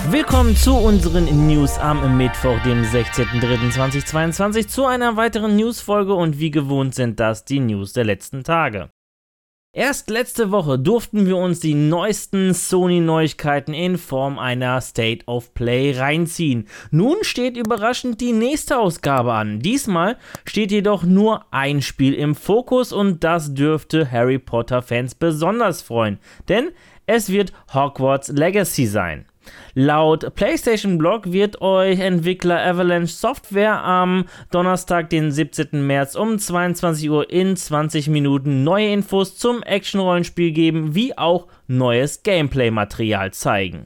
Willkommen zu unseren News am Mittwoch, dem 16.03.2022, zu einer weiteren Newsfolge und wie gewohnt sind das die News der letzten Tage. Erst letzte Woche durften wir uns die neuesten Sony-Neuigkeiten in Form einer State of Play reinziehen. Nun steht überraschend die nächste Ausgabe an. Diesmal steht jedoch nur ein Spiel im Fokus und das dürfte Harry Potter-Fans besonders freuen, denn es wird Hogwarts Legacy sein. Laut PlayStation Blog wird euch Entwickler Avalanche Software am Donnerstag, den 17. März um 22 Uhr in 20 Minuten neue Infos zum Action-Rollenspiel geben, wie auch neues Gameplay-Material zeigen.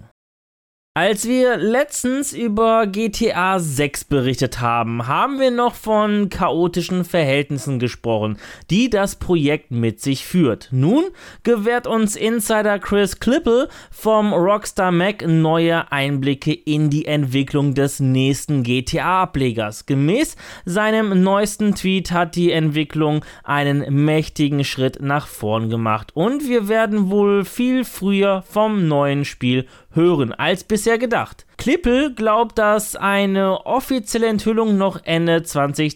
Als wir letztens über GTA 6 berichtet haben, haben wir noch von chaotischen Verhältnissen gesprochen, die das Projekt mit sich führt. Nun gewährt uns Insider Chris Klippel vom Rockstar Mag neue Einblicke in die Entwicklung des nächsten GTA-Ablegers. Gemäß seinem neuesten Tweet hat die Entwicklung einen mächtigen Schritt nach vorn gemacht und wir werden wohl viel früher vom neuen Spiel hören als bisher gedacht. Klippel glaubt, dass eine offizielle Enthüllung noch Ende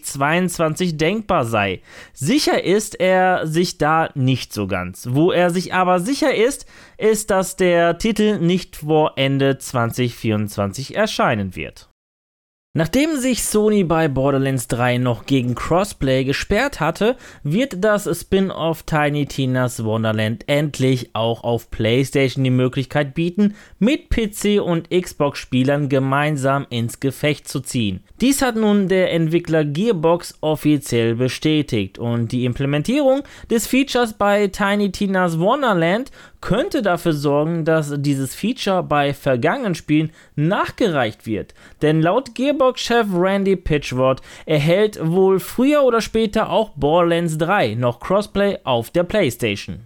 2022 denkbar sei. Sicher ist er sich da nicht so ganz. Wo er sich aber sicher ist, ist, dass der Titel nicht vor Ende 2024 erscheinen wird. Nachdem sich Sony bei Borderlands 3 noch gegen Crossplay gesperrt hatte, wird das Spin-off Tiny Tina's Wonderland endlich auch auf PlayStation die Möglichkeit bieten, mit PC- und Xbox-Spielern gemeinsam ins Gefecht zu ziehen. Dies hat nun der Entwickler Gearbox offiziell bestätigt und die Implementierung des Features bei Tiny Tina's Wonderland könnte dafür sorgen, dass dieses Feature bei vergangenen Spielen nachgereicht wird. Denn laut Gearbox-Chef Randy Pitchford erhält wohl früher oder später auch Borderlands 3 noch Crossplay auf der PlayStation.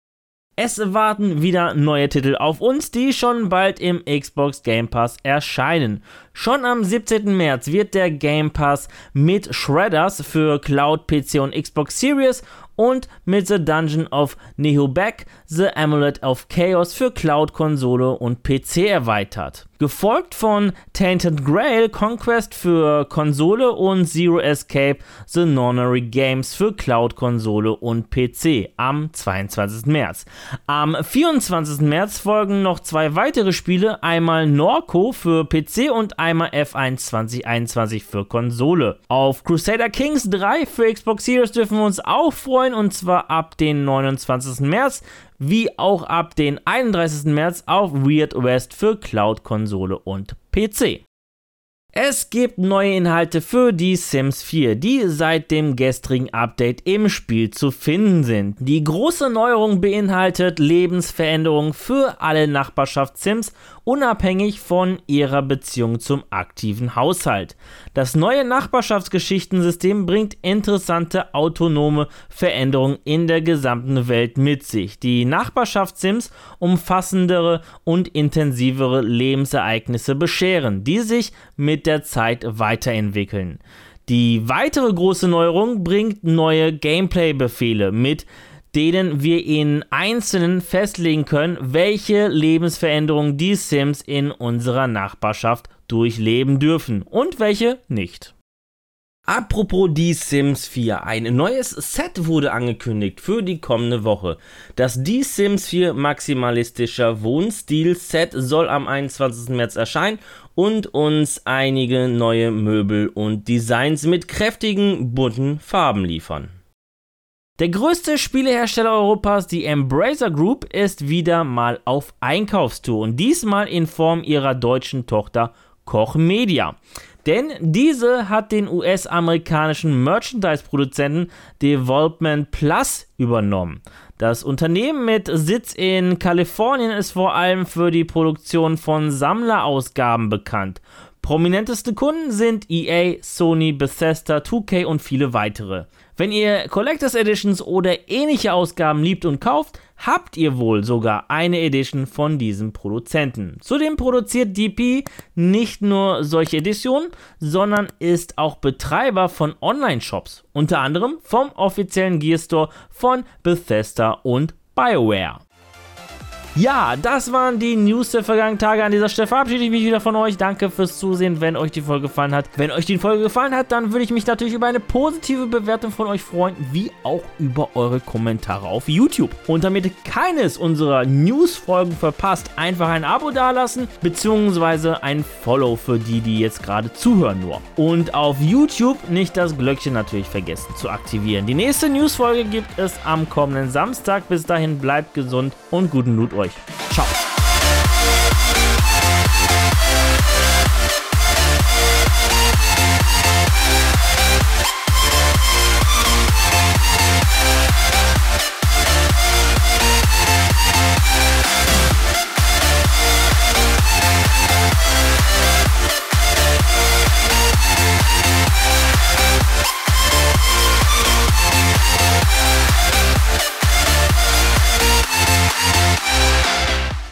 Es warten wieder neue Titel auf uns, die schon bald im Xbox Game Pass erscheinen. Schon am 17. März wird der Game Pass mit Shredders für Cloud, PC und Xbox Series und mit The Dungeon of Nihilbeck, The Amulet of Chaos für Cloud, Konsole und PC erweitert. Gefolgt von Tainted Grail Conquest für Konsole und Zero Escape The Nonary Games für Cloud, Konsole und PC am 22. März. Am 24. März folgen noch zwei weitere Spiele, einmal Norco für PC und einmal F1 2021 für Konsole. Auf Crusader Kings 3 für Xbox Series dürfen wir uns auch freuen, und zwar ab den 29. März, wie auch ab den 31. März auf Weird West für Cloud, Konsole und PC. Es gibt neue Inhalte für die Sims 4, die seit dem gestrigen Update im Spiel zu finden sind. Die große Neuerung beinhaltet Lebensveränderungen für alle Nachbarschaftssims, unabhängig von ihrer Beziehung zum aktiven Haushalt. Das neue Nachbarschaftsgeschichtensystem bringt interessante autonome Veränderungen in der gesamten Welt mit sich. Die Nachbarschaftssims umfassendere und intensivere Lebensereignisse bescheren, die sich mit der Zeit weiterentwickeln. Die weitere große Neuerung bringt neue Gameplay-Befehle mit, denen wir in Einzelnen festlegen können, welche Lebensveränderungen die Sims in unserer Nachbarschaft durchleben dürfen und welche nicht. Apropos die Sims 4, ein neues Set wurde angekündigt für die kommende Woche. Das Die Sims 4 maximalistischer Wohnstil-Set soll am 21. März erscheinen und uns einige neue Möbel und Designs mit kräftigen, bunten Farben liefern. Der größte Spielehersteller Europas, die Embracer Group, ist wieder mal auf Einkaufstour und diesmal in Form ihrer deutschen Tochter Koch Media. Denn diese hat den US-amerikanischen Merchandise-Produzenten Development Plus übernommen. Das Unternehmen mit Sitz in Kalifornien ist vor allem für die Produktion von Sammlerausgaben bekannt. Prominenteste Kunden sind EA, Sony, Bethesda, 2K und viele weitere. Wenn ihr Collectors Editions oder ähnliche Ausgaben liebt und kauft, habt ihr wohl sogar eine Edition von diesem Produzenten. Zudem produziert DP nicht nur solche Editionen, sondern ist auch Betreiber von Online-Shops, unter anderem vom offiziellen Gear Store von Bethesda und BioWare. Ja, das waren die News der vergangenen Tage. An dieser Stelle verabschiede ich mich wieder von euch. Danke fürs Zusehen, wenn euch die Folge gefallen hat. Wenn euch die Folge gefallen hat, dann würde ich mich natürlich über eine positive Bewertung von euch freuen, wie auch über eure Kommentare auf YouTube. Und damit ihr keines unserer News-Folgen verpasst, einfach ein Abo dalassen, beziehungsweise ein Follow für die jetzt gerade zuhören nur. Und auf YouTube nicht das Glöckchen natürlich vergessen zu aktivieren. Die nächste News-Folge gibt es am kommenden Samstag. Bis dahin bleibt gesund und guten Loot euch. Ciao.